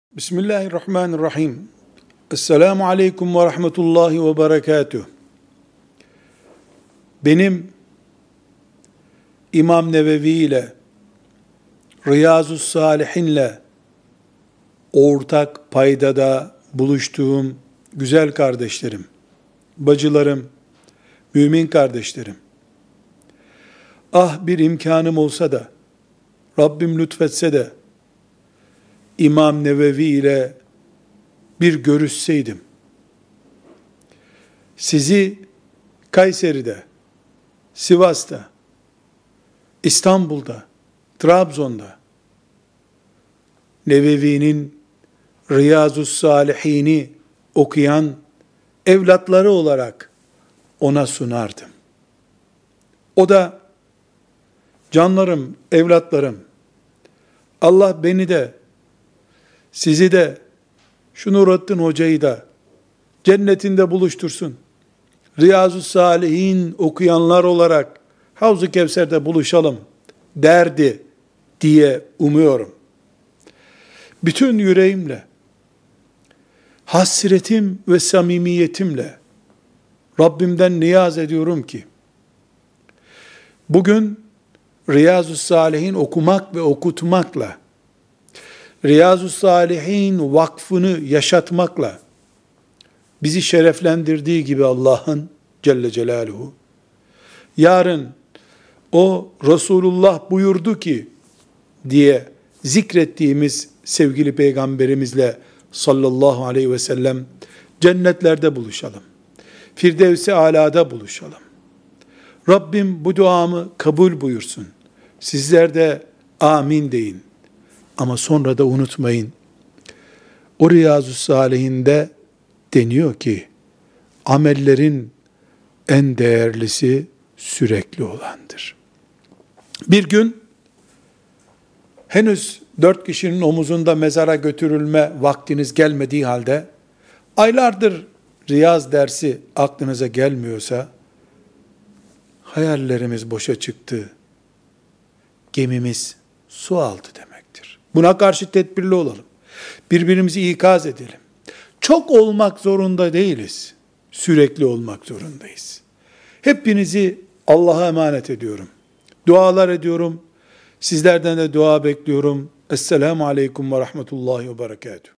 Bismillahirrahmanirrahim. Esselamu aleyküm ve rahmetullahi ve berekatuh. Benim İmam Nevevi ile Riyazus Salihin'le ortak paydada buluştuğum güzel kardeşlerim, bacılarım, mümin kardeşlerim. Ah bir imkanım olsa da, Rabbim lütfetse de, İmam Nevevi ile bir görüşseydim. Sizi Kayseri'de, Sivas'ta, İstanbul'da, Trabzon'da, Nevevi'nin Riyazus Salihini okuyan evlatları olarak ona sunardım. O da, canlarım, evlatlarım, Allah beni de, sizi de, şu Nurattin Hoca'yı da cennetinde buluştursun. Riyazus Salihin okuyanlar olarak Havz-ı Kevser'de buluşalım derdi diye umuyorum. Bütün yüreğimle, hasretim ve samimiyetimle Rabbimden niyaz ediyorum ki, bugün Riyazus Salihin okumak ve okutmakla, Riyazus Salihin vakfını yaşatmakla, bizi şereflendirdiği gibi Allah'ın Celle Celaluhu, yarın o Resulullah buyurdu ki diye zikrettiğimiz sevgili peygamberimizle sallallahu aleyhi ve sellem cennetlerde buluşalım. Firdevs-i Alâ'da buluşalım. Rabbim bu duamı kabul buyursun. Sizler de amin deyin. Ama sonra da unutmayın, o Riyazus Salihin'de deniyor ki, amellerin en değerlisi sürekli olandır. Bir gün, henüz 4 kişinin omuzunda mezara götürülme vaktiniz gelmediği halde, aylardır Riyaz dersi aklınıza gelmiyorsa, hayallerimiz boşa çıktı, gemimiz su aldı demektir. Buna karşı tedbirli olalım. Birbirimizi ikaz edelim. Çok olmak zorunda değiliz. Sürekli olmak zorundayız. Hepinizi Allah'a emanet ediyorum. Dualar ediyorum. Sizlerden de dua bekliyorum. Esselamu aleyküm ve rahmetullahi ve berekatuhu.